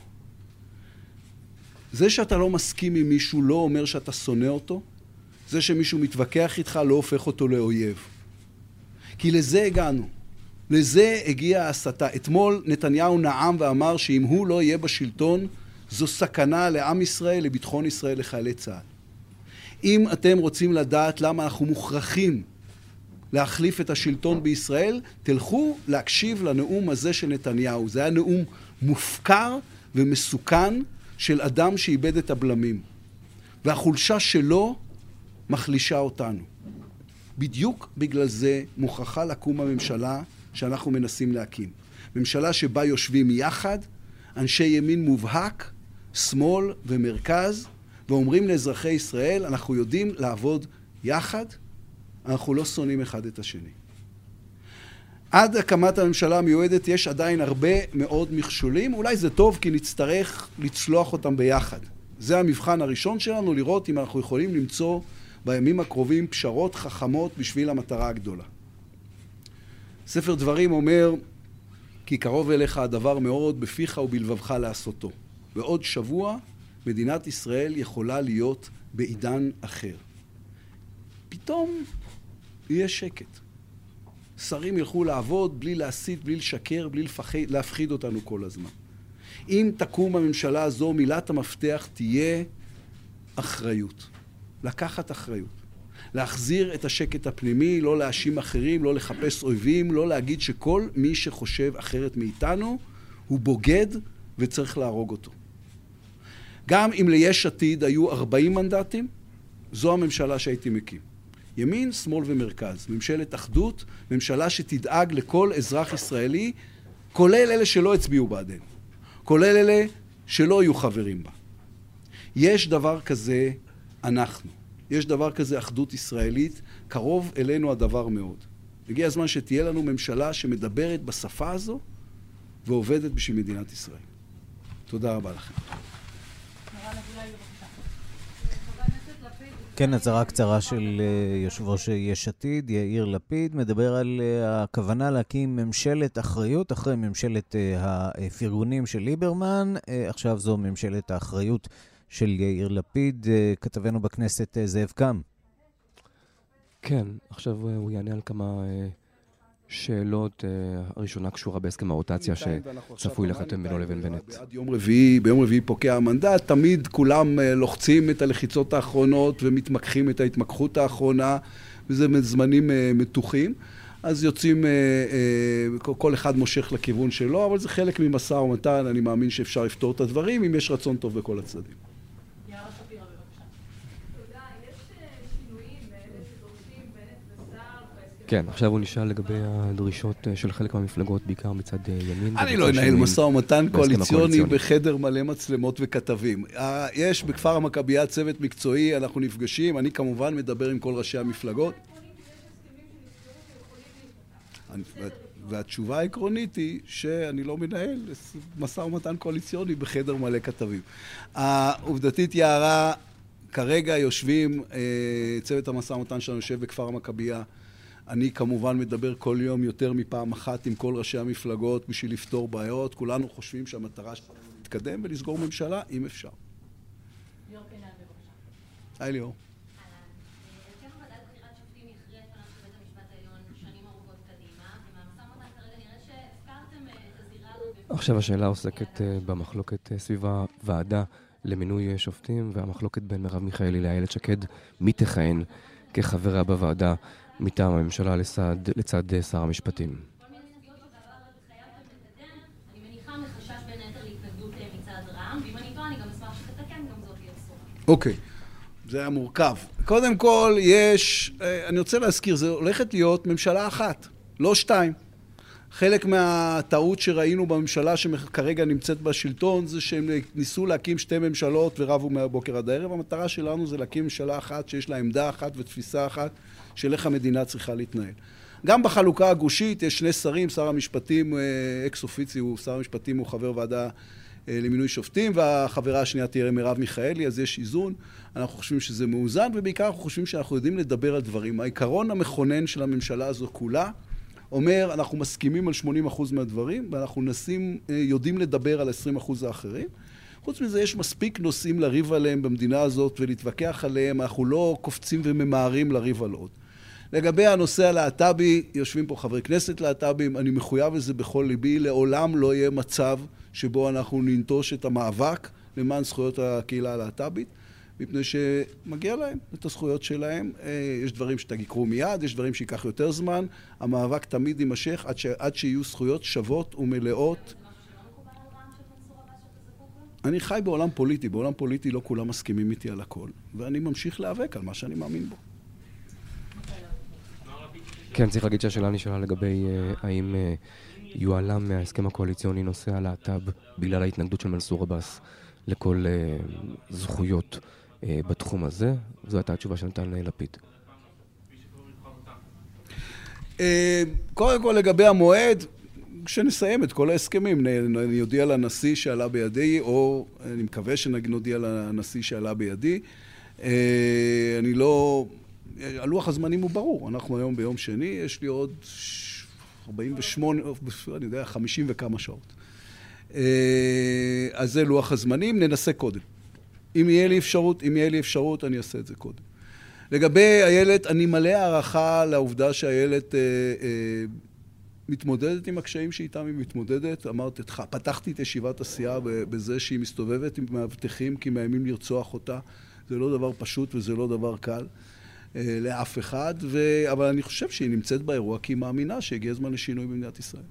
זה שאתה לא מסכים עם מישהו לא אומר שאתה שונא אותו. זה שמישהו מתווכח איתך לא הופך אותו לאויב. כי לזה הגענו. לזה הגיעה ההסתה. אתמול נתניהו נעם ואמר שאם הוא לא יהיה בשלטון, זו סכנה לעם ישראל, לביטחון ישראל, לחיילי צה"ל. אם אתם רוצים לדעת למה אנחנו מוכרחים להחליף את השלטון בישראל, תלכו להקשיב לנאום הזה של נתניהו. זה היה נאום מופקר ומסוכן של אדם שאיבד את הבלמים. והחולשה שלו מחלישה אותנו. בדיוק בגלל זה מוכרחה לקום הממשלה שאנחנו מנסים להקים. ממשלה שבה יושבים יחד, אנשי ימין מובהק, שמאל ומרכז, ואומרים לאזרחי ישראל, אנחנו יודעים לעבוד יחד, אנחנו לא שונאים אחד את השני. עד הקמת הממשלה המיועדת יש עדיין הרבה מאוד מכשולים, אולי זה טוב כי נצטרך לצלוח אותם ביחד. זה המבחן הראשון שלנו, לראות אם אנחנו יכולים למצוא בימים הקרובים פשרות חכמות בשביל המטרה הגדולה. ספר דברים אומר, כי קרוב אליך הדבר מאוד בפיך ובלבבך לעשותו. בעוד שבוע מדינת ישראל יכולה להיות בעידן אחר. פתאום יהיה שקט. שרים ילכו לעבוד בלי להסית, בלי לשקר, בלי להפחיד אותנו כל הזמן. אם תקום הממשלה הזו, מילת המפתח תהיה אחריות. לקחת אחריות. להחזיר את השקט הפנימי, לא להאשים אחרים, לא לחפש אויבים, לא להגיד שכל מי שחושב אחרת מאיתנו הוא בוגד וצריך להרוג אותו. גם אם ליש עתיד היו 40 מנדטים, זו הממשלה שהייתי מקים. ימין, שמאל ומרכז. ממשלת אחדות, ממשלה שתדאג לכל אזרח ישראלי, כולל אלה שלא הצביעו בעדנו. כולל אלה שלא יהיו חברים בה. יש דבר כזה אנחנו. יש דבר כזה אחדות ישראלית, קרוב אלינו הדבר מאוד. הגיע הזמן שתהיה לנו ממשלה שמדברת בשפה הזו ועובדת בשביל מדינת ישראל. תודה רבה לכם. כן, הצהרה קצרה של יושב ראש יש עתיד, יאיר לפיד, מדבר על הכוונה להקים ממשלת אחריות אחרי ממשלת הפרגונים של ליברמן. עכשיו זו ממשלת האחריות של יאיר לפיד. כתבנו בכנסת זאב קם. כן, עכשיו הוא יענה על כמה שאלות. הראשונה קשורה בהסכם הרוטציה שצפוי לחתם בינו לבין בנט. ביום רביעי פוקע המנדט, תמיד כולם לוחצים את הלחיצות האחרונות ומתמקחים את ההתמקחות האחרונה, וזה זמנים מתוחים. אז יוצאים, כל אחד מושך לכיוון שלו, אבל זה חלק ממשא ומתן, אני מאמין שאפשר לפתור את הדברים, אם יש רצון טוב בכל הצדדים. כן, עכשיו הוא נשאל לגבי הדרישות של חלק מהמפלגות, בעיקר מצד ימין. אני לא אנהל משא ומתן קואליציוני בחדר מלא מצלמות וכתבים. יש בכפר המכבייה צוות מקצועי, אנחנו נפגשים, אני כמובן מדבר עם כל ראשי המפלגות. והתשובה העקרונית היא שאני לא מנהל משא ומתן קואליציוני בחדר מלא כתבים. העובדתית יערה, כרגע יושבים, צוות המשא ומתן שלנו יושב בכפר המכבייה, אני כמובן מדבר כל יום יותר מפעם אחת עם כל ראשי המפלגות בשביל לפתור בעיות. כולנו חושבים שהמטרה שלנו להתקדם ולסגור ממשלה, אם אפשר. ליאור קינן, בבקשה. היי ליאור. כן, ועדת בחירת שופטים הכריעה את עולם של בית המשפט העליון שנים ארוכות קדימה, ומהמשא ומתן כרגע נראה שהפקרתם את הזירה הזאת. עכשיו השאלה עוסקת במחלוקת סביב הוועדה למינוי שופטים, והמחלוקת בין מרב מיכאלי לאיילת שקד, מי תכהן כחברה בוועדה מטעם הממשלה לצד שר המשפטים. כל מיני סוגיות שבעבר התחייבתם לקדם, אני מניחה מחשש בין היתר להתנגדות מצד רע"מ, ואם אני טועה, אני גם אשמח שתתקן, גם זאת תהיה בשורה. אוקיי, זה היה מורכב. קודם כל, אני רוצה להזכיר, זה הולכת להיות ממשלה אחת, לא שתיים. חלק מהטעות שראינו בממשלה שכרגע נמצאת בשלטון, זה שהם ניסו להקים שתי ממשלות ורבו מהבוקר עד הערב. המטרה שלנו זה להקים ממשלה אחת שיש לה עמדה אחת ותפיסה אחת של איך המדינה צריכה להתנהל. גם בחלוקה הגושית יש שני שרים, שר המשפטים אקס אופיציו, שר המשפטים הוא חבר ועדה למינוי שופטים, והחברה השנייה תהיה מרב מיכאלי, אז יש איזון. אנחנו חושבים שזה מאוזן, ובעיקר אנחנו חושבים שאנחנו יודעים לדבר על דברים. העיקרון המכונן של הממשלה הזו כולה אומר, אנחנו מסכימים על 80% מהדברים, ואנחנו יודעים לדבר על 20% האחרים. חוץ מזה, יש מספיק נושאים לריב עליהם במדינה הזאת ולהתווכח עליהם, אנחנו לא קופצים וממהרים לריב על עוד. לגבי הנושא הלהט"בי, יושבים פה חברי כנסת להט"בים, אני מחויב לזה בכל ליבי, לעולם לא יהיה מצב שבו אנחנו ננטוש את המאבק למען זכויות הקהילה הלהט"בית, מפני שמגיע להם את הזכויות שלהם. יש דברים שתגיקרו מיד, יש דברים שיקח יותר זמן, המאבק תמיד יימשך עד שיהיו זכויות שוות ומלאות. אני חי בעולם פוליטי, בעולם פוליטי לא כולם מסכימים איתי על הכל, ואני ממשיך להיאבק על מה שאני מאמין בו. כן, צריך להגיד שהשאלה נשאלה לגבי האם יועלם מההסכם הקואליציוני נושא הלהט"ב בגלל ההתנגדות של מנסור עבאס לכל זכויות בתחום הזה. זו הייתה התשובה שנתן לפיד. קודם כל לגבי המועד, כשנסיים את כל ההסכמים, אני יודיע לנשיא שעלה בידי, או אני מקווה שנודיע לנשיא שעלה בידי. אני לא... הלוח הזמנים הוא ברור, אנחנו היום ביום שני, יש לי עוד 48, אני יודע, 50 וכמה שעות. אז זה לוח הזמנים, ננסה קודם. אם יהיה לי אפשרות, אני אעשה את זה קודם. לגבי איילת, אני מלא הערכה לעובדה שאיילת מתמודדת עם הקשיים שאיתם היא מתמודדת. אמרתי, פתחתי את ישיבת הסיעה בזה שהיא מסתובבת עם מאבטחים כי מאיימים לרצוח אותה. זה לא דבר פשוט וזה לא דבר קל. לאף אחד, אבל אני חושב שהיא נמצאת באירוע כי היא מאמינה שהגיע הזמן לשינוי במדינת ישראל.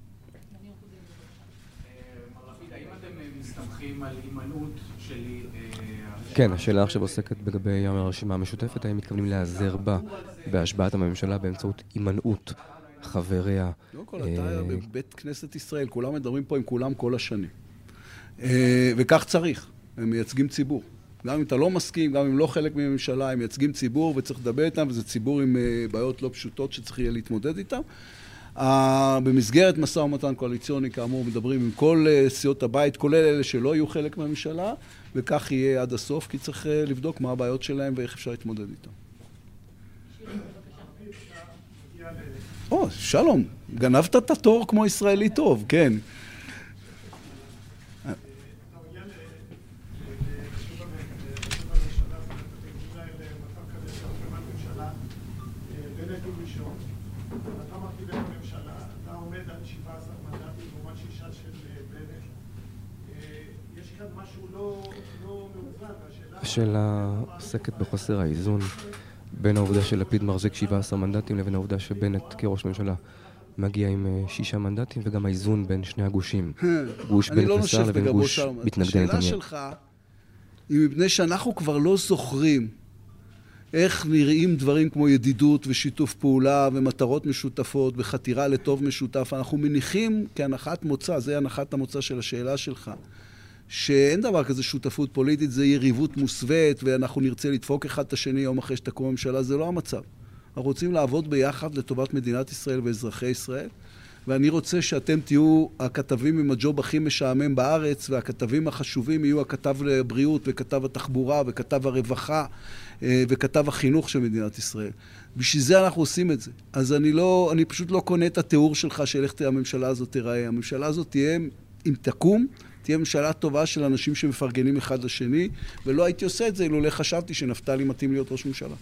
האם אתם מסתמכים על הימנעות שלי? כן, השאלה עכשיו עוסקת לגבי הרשימה המשותפת, האם מתכוונים להיעזר בה בהשבעת הממשלה באמצעות הימנעות חבריה. לא כל, אתה בבית כנסת ישראל, כולם מדברים פה עם כולם כל השנים. וכך צריך, הם מייצגים ציבור. גם אם אתה לא מסכים, גם אם לא חלק מממשלה, הם מייצגים ציבור וצריך לדבר איתם, וזה ציבור עם בעיות לא פשוטות שצריך יהיה להתמודד איתם. במסגרת משא ומתן קואליציוני, כאמור, מדברים עם כל סיעות הבית, כולל אלה שלא יהיו חלק מהממשלה, וכך יהיה עד הסוף, כי צריך לבדוק מה הבעיות שלהם ואיך אפשר להתמודד איתם. שלום, גנבת את התור כמו ישראלי טוב, כן. השאלה עוסקת בחוסר האיזון בין העובדה שלפיד מחזיק 17 מנדטים לבין העובדה שבנט כראש ממשלה מגיע עם 6 מנדטים, וגם האיזון בין שני הגושים. גוש בנט וסער לבין גוש מתנגדי נתניהו. השאלה שלך היא מפני שאנחנו כבר לא זוכרים איך נראים דברים כמו ידידות ושיתוף פעולה ומטרות משותפות וחתירה לטוב משותף. אנחנו מניחים כהנחת מוצא, זה הנחת המוצא של השאלה שלך, שאין דבר כזה שותפות פוליטית, זה יריבות מוסווית, ואנחנו נרצה לדפוק אחד את השני יום אחרי שתקום הממשלה, זה לא המצב. אנחנו רוצים לעבוד ביחד לטובת מדינת ישראל ואזרחי ישראל, ואני רוצה שאתם תהיו הכתבים עם הג'וב הכי משעמם בארץ, והכתבים החשובים יהיו הכתב לבריאות, וכתב התחבורה, וכתב הרווחה, וכתב החינוך של מדינת ישראל. בשביל זה אנחנו עושים את זה. אז אני פשוט לא קונה את התיאור שלך של איך הממשלה הזאת תיראה. הממשלה הזאת תהיה, אם תקום, תהיה ממשלה טובה של אנשים שמפרגנים אחד לשני, ולא הייתי עושה את זה, אילולא חשבתי שנפתלי מתאים להיות ראש ממשלה.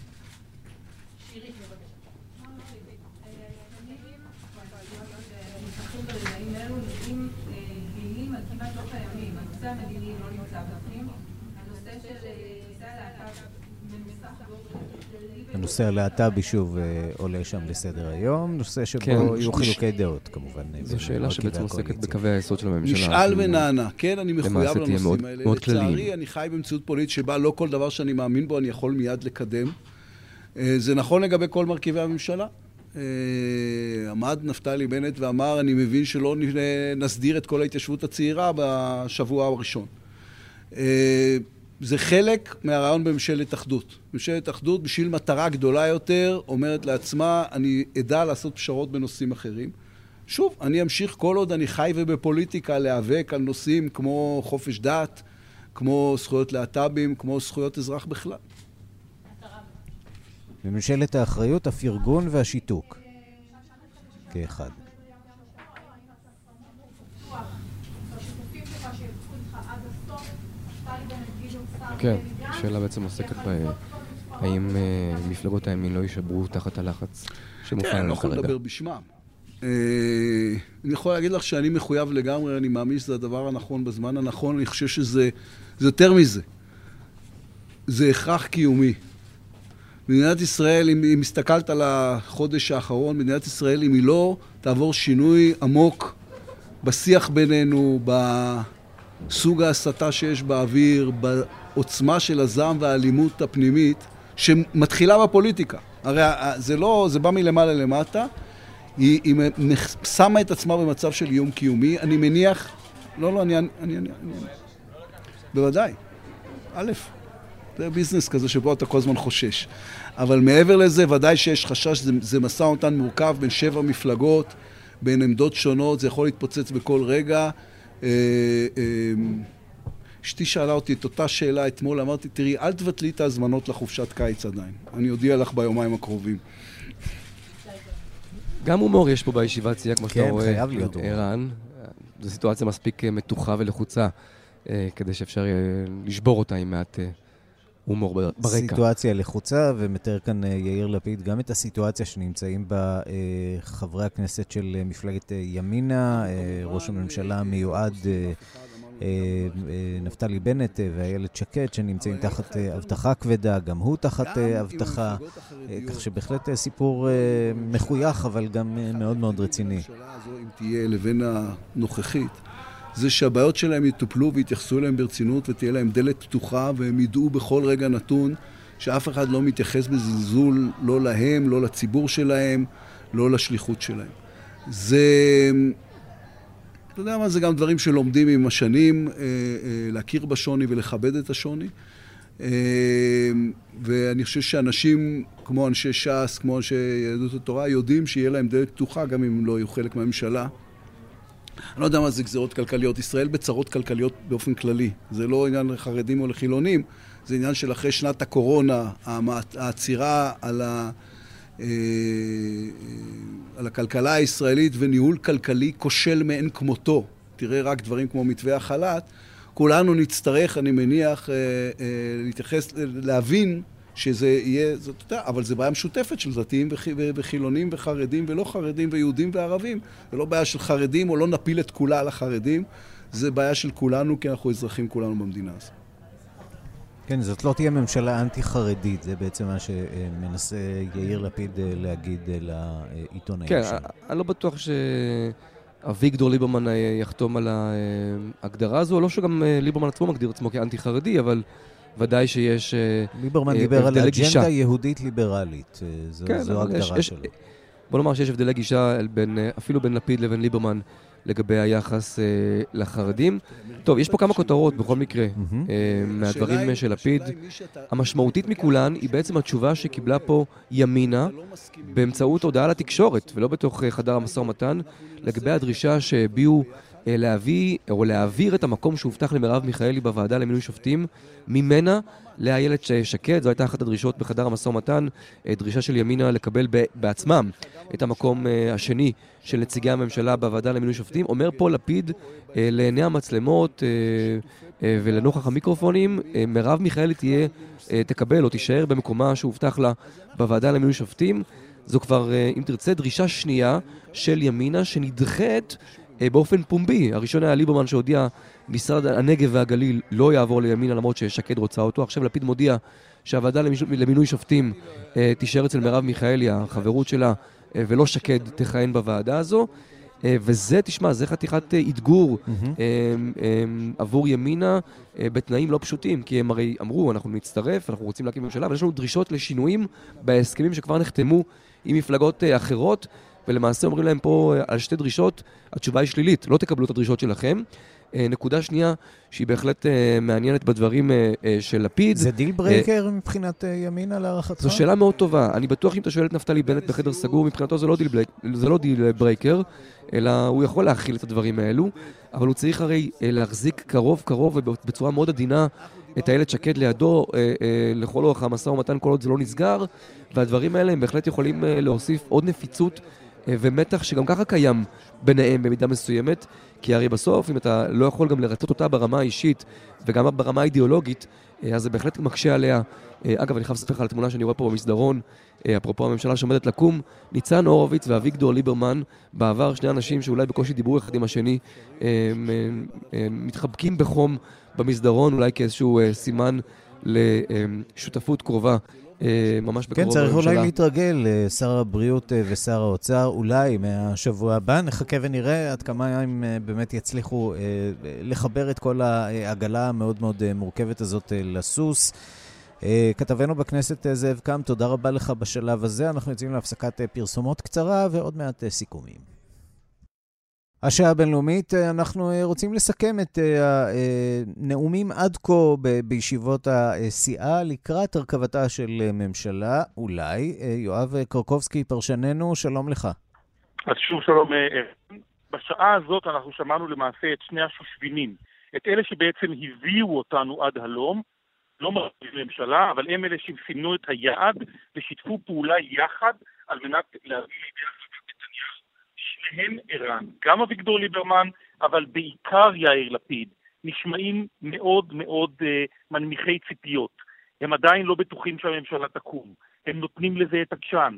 הנושא הלהט"בי שוב עולה שם לסדר היום, נושא שבו יהיו חילוקי דעות כמובן. זו שאלה שבעצם עוסקת בקווי היסוד של הממשלה. נשאל ונענה, כן, אני מחויב לנושאים האלה. לצערי, אני חי במציאות פוליטית שבה לא כל דבר שאני מאמין בו אני יכול מיד לקדם. זה נכון לגבי כל מרכיבי הממשלה. עמד נפתלי בנט ואמר, אני מבין שלא נסדיר את כל ההתיישבות הצעירה בשבוע הראשון. זה חלק מהרעיון בממשלת אחדות. ממשלת אחדות בשביל מטרה גדולה יותר אומרת לעצמה, אני אדע לעשות פשרות בנושאים אחרים. שוב, אני אמשיך כל עוד אני חי ובפוליטיקה להיאבק על נושאים כמו חופש דת, כמו זכויות להט"בים, כמו זכויות אזרח בכלל. בממשלת האחריות, הפרגון והשיתוק. כאחד. כן, השאלה בעצם עוסקת האם מפלגות הימין לא יישברו תחת הלחץ שמופעל עליהם כרגע. כן, אני לא יכול לדבר בשמם. אני יכול להגיד לך שאני מחויב לגמרי, אני מאמין שזה הדבר הנכון בזמן הנכון, אני חושב שזה יותר מזה. זה הכרח קיומי. מדינת ישראל, אם מסתכלת על החודש האחרון, מדינת ישראל, אם היא לא תעבור שינוי עמוק בשיח בינינו, בסוג ההסתה שיש באוויר, בעוצמה של הזעם והאלימות הפנימית, שמתחילה בפוליטיקה. הרי זה בא מלמעלה למטה, היא שמה את עצמה במצב של איום קיומי, אני מניח, בוודאי, א', זה ביזנס כזה שבו אתה כל הזמן חושש. אבל מעבר לזה, ודאי שיש חשש, זה משא ומתן מורכב בין 7 מפלגות, בין עמדות שונות, זה יכול להתפוצץ בכל רגע. אשתי שאלה אותי את אותה שאלה אתמול, אמרתי, תראי, אל תבטלי את ההזמנות לחופשת קיץ עדיין. אני אודיע לך ביומיים הקרובים. גם הומור יש פה בישיבת סיעה, כמו שאתה רואה. כן, חייב להיות הומור. ערן, זו סיטואציה מספיק מתוחה ולחוצה, כדי שאפשר לשבור אותה עם מעט הומור ברקע. סיטואציה לחוצה, ומתאר כאן יאיר לפיד גם את הסיטואציה שנמצאים בה חברי הכנסת של מפלגת ימינה, ראש הממשלה מיועד נפתלי בנט ואיילת שקד שנמצאים תחת הבטחה כבדה, גם הוא תחת הבטחה, כך שבהחלט סיפור מחוייך אבל גם מאוד מאוד רציני. הממשלה הזו, אם תהיה לבין הנוכחית, זה שהבעיות שלהם יטופלו ויתייחסו אליהם ברצינות ותהיה להם דלת פתוחה והם ידעו בכל רגע נתון שאף אחד לא מתייחס בזלזול, לא להם, לא לציבור שלהם, לא לשליחות שלהם. זה, אתה יודע מה, זה גם דברים שלומדים עם השנים, להכיר בשוני ולכבד את השוני. ואני חושב שאנשים כמו אנשי ש"ס, כמו אנשי יהדות התורה, יודעים שיהיה להם דלת פתוחה גם אם לא יהיו חלק מהממשלה. אני לא יודע מה זה גזירות כלכליות. ישראל בצרות כלכליות באופן כללי. זה לא עניין לחרדים או לחילונים, זה עניין של אחרי שנת הקורונה, העצירה על הכלכלה הישראלית וניהול כלכלי כושל מאין כמותו. תראה רק דברים כמו מתווה החל"ת. כולנו נצטרך, אני מניח, להתייחס, להבין שזה יהיה, אבל זה בעיה משותפת של דתיים וחילונים וחרדים ולא חרדים ויהודים וערבים. זה לא בעיה של חרדים או לא נפיל את כולה על החרדים, זה בעיה של כולנו כי אנחנו אזרחים כולנו במדינה הזאת. כן, זאת לא תהיה ממשלה אנטי-חרדית, זה בעצם מה שמנסה יאיר לפיד להגיד לעיתונאים. כן, אני לא בטוח אביגדור ליברמן יחתום על ההגדרה הזו, לא שגם ליברמן עצמו מגדיר עצמו כאנטי-חרדי, אבל ודאי שיש ליברמן דיבר על אג'נדה יהודית ליברלית, זו ההגדרה שלו. בוא נאמר שיש הבדלי גישה אפילו בין לפיד לבין ליברמן לגבי היחס לחרדים. טוב, יש פה כמה כותרות בכל מקרה מהדברים של לפיד. המשמעותית מכולן היא בעצם התשובה שקיבלה פה ימינה באמצעות הודעה לתקשורת, ולא בתוך חדר המשא ומתן, לגבי הדרישה שהביאו להביא או להעביר את המקום שהובטח למרב מיכאלי בוועדה למינוי שופטים ממנה לאיילת שקד. זו הייתה אחת הדרישות בחדר המשא ומתן, דרישה של ימינה לקבל בעצמם את המקום השני של נציגי הממשלה בוועדה למינוי שופטים. אומר פה לפיד לעיני המצלמות ולנוכח המיקרופונים, מרב מיכאלי תקבל או תישאר במקומה שהובטח לה בוועדה למינוי שופטים. זו כבר, אם תרצה, דרישה שנייה של ימינה שנדחת באופן פומבי. הראשון היה ליברמן שהודיע משרד הנגב והגליל לא יעבור לימינה למרות ששקד רוצה אותו. עכשיו לפיד מודיע שהוועדה למינוי שופטים תישאר אצל מרב מיכאלי, החברות שלה, ולא שקד תכהן בוועדה הזו. וזה, תשמע, זה חתיכת אתגור עבור ימינה בתנאים לא פשוטים, כי הם הרי אמרו, אנחנו נצטרף, אנחנו רוצים להקים ממשלה, אבל יש לנו דרישות לשינויים בהסכמים שכבר נחתמו עם מפלגות אחרות, ולמעשה אומרים להם פה על שתי דרישות, התשובה היא שלילית, לא תקבלו את הדרישות שלכם. נקודה שנייה שהיא בהחלט מעניינת בדברים של לפיד. זה דיל ברייקר מבחינת ימינה להערכתך? זו שאלה מאוד טובה. אני בטוח שאם אתה שואל את נפתלי בנט בחדר סגור, מבחינתו זה לא דיל ברייקר, אלא הוא יכול להכיל את הדברים האלו, אבל הוא צריך הרי להחזיק קרוב ובצורה מאוד עדינה את איילת שקד לידו לכל אורך המשא ומתן כל עוד זה לא נסגר, והדברים האלה הם בהחלט יכולים להוסיף עוד נפיצות ומתח שגם ככה קיים ביניהם במידה מסוימת, כי הרי בסוף אם אתה לא יכול גם לרצות אותה ברמה האישית וגם ברמה האידיאולוגית, אז זה בהחלט מקשה עליה. אגב, אני חייב לספר לך על התמונה שאני רואה פה במסדרון, אפרופו הממשלה שעומדת לקום, ניצן הורוביץ ואביגדור ליברמן, בעבר שני אנשים שאולי בקושי דיברו אחד עם השני, מתחבקים בחום במסדרון, אולי כאיזשהו סימן לשותפות קרובה. ממש בקרוב. כן, צריך אולי להתרגל, שר הבריאות ושר האוצר, אולי מהשבוע הבא, נחכה ונראה עד כמה הם באמת יצליחו לחבר את כל העגלה המאוד מאוד מורכבת הזאת לסוס. כתבנו בכנסת זאב קם, תודה רבה לך בשלב הזה, אנחנו יוצאים להפסקת פרסומות קצרה ועוד מעט סיכומים. השעה הבינלאומית, אנחנו רוצים לסכם את הנאומים עד כה בישיבות הסיעה לקראת הרכבתה של ממשלה, אולי. יואב קרקובסקי, פרשננו, שלום לך. אז שוב שלום. בשעה הזאת אנחנו שמענו למעשה את שני השושבינים, את אלה שבעצם הביאו אותנו עד הלום, לא מרכיבים ממשלה, אבל הם אלה שסימנו את היעד ושיתפו פעולה יחד על מנת להביא לידי החלטת נתניהו. שניהם ערן, גם אביגדור ליברמן, אבל בעיקר יאיר לפיד, נשמעים מאוד מאוד מנמיכי ציפיות. הם עדיין לא בטוחים שהממשלה תקום. הם נותנים לזה את הצ'אנס.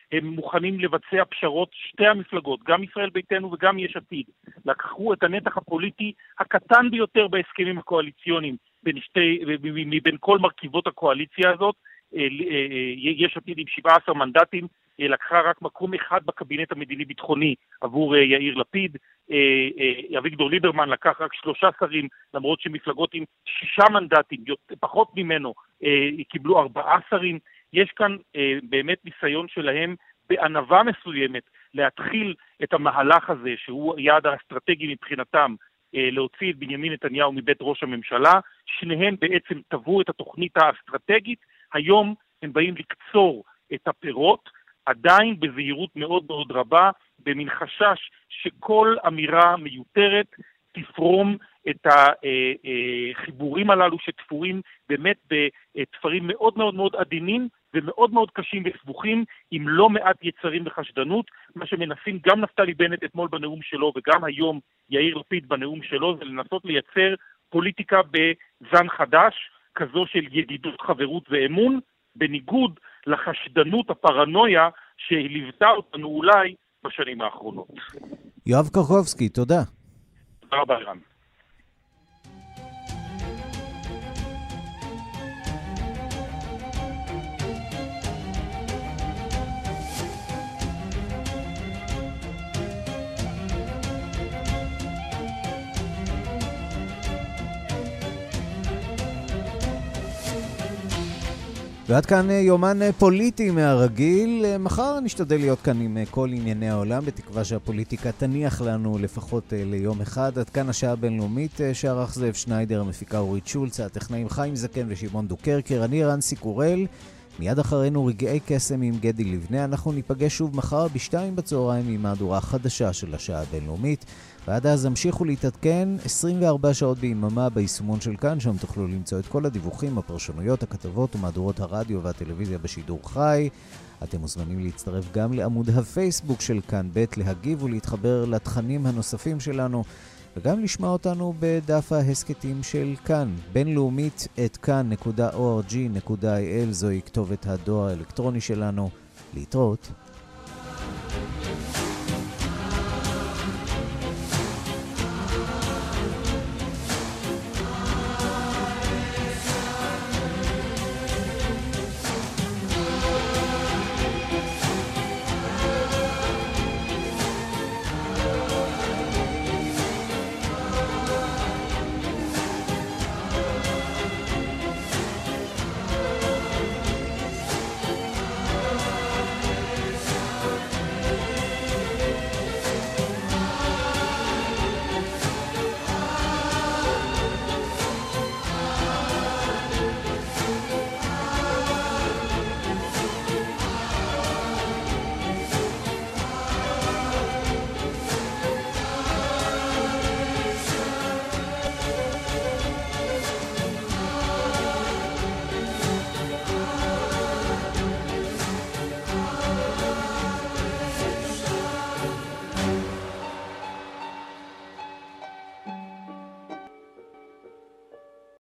הם מוכנים לבצע פשרות. שתי המפלגות, גם ישראל ביתנו וגם יש עתיד, לקחו את הנתח הפוליטי הקטן ביותר בהסכמים הקואליציוניים מבין כל מרכיבות הקואליציה הזאת. יש עתיד עם 17 מנדטים, לקחה רק מקום אחד בקבינט המדיני-ביטחוני עבור יאיר לפיד. אביגדור ליברמן לקח רק 3 שרים, למרות שמפלגות עם 6 מנדטים, פחות ממנו, קיבלו 4 שרים. יש כאן באמת ניסיון שלהם בענווה מסוימת להתחיל את המהלך הזה, שהוא היעד האסטרטגי מבחינתם, להוציא את בנימין נתניהו מבית ראש הממשלה. שניהם בעצם טבעו את התוכנית האסטרטגית, היום הם באים לקצור את הפירות, עדיין בזהירות מאוד מאוד רבה, במין חשש שכל אמירה מיותרת תפרום את החיבורים הללו שתפורים באמת בתפרים מאוד מאוד מאוד עדינים ומאוד מאוד קשים וסבוכים, עם לא מעט יצרים וחשדנות. מה שמנסים גם נפתלי בנט אתמול בנאום שלו וגם היום יאיר לפיד בנאום שלו, זה לנסות לייצר פוליטיקה בזן חדש, כזו של ידידות, חברות ואמון, בניגוד לחשדנות, הפרנויה שהליוותה אותנו אולי בשנים האחרונות. יואב קרקובסקי, תודה. תודה רבה, ערן. ועד כאן יומן פוליטי מהרגיל. מחר נשתדל להיות כאן עם כל ענייני העולם, בתקווה שהפוליטיקה תניח לנו לפחות ליום אחד. עד כאן השעה הבינלאומית שערך זאב שניידר, המפיקה אורית שולץ, הטכנאים חיים זקן ושמעון דוקרקר. אני רנסי קורל. מיד אחרינו רגעי קסם עם גדי לבנה. אנחנו ניפגש שוב מחר ב14:00 עם מהדורה חדשה של השעה הבינלאומית. ועד אז המשיכו להתעדכן 24 שעות ביממה ביישומון של כאן, שם תוכלו למצוא את כל הדיווחים, הפרשנויות, הכתבות ומהדורות הרדיו והטלוויזיה בשידור חי. אתם מוזמנים להצטרף גם לעמוד הפייסבוק של כאן ב', להגיב ולהתחבר לתכנים הנוספים שלנו, וגם לשמוע אותנו בדף ההסקטים של כאן, בינלאומית @kan.org.il, זוהי כתובת הדואר האלקטרוני שלנו. להתראות.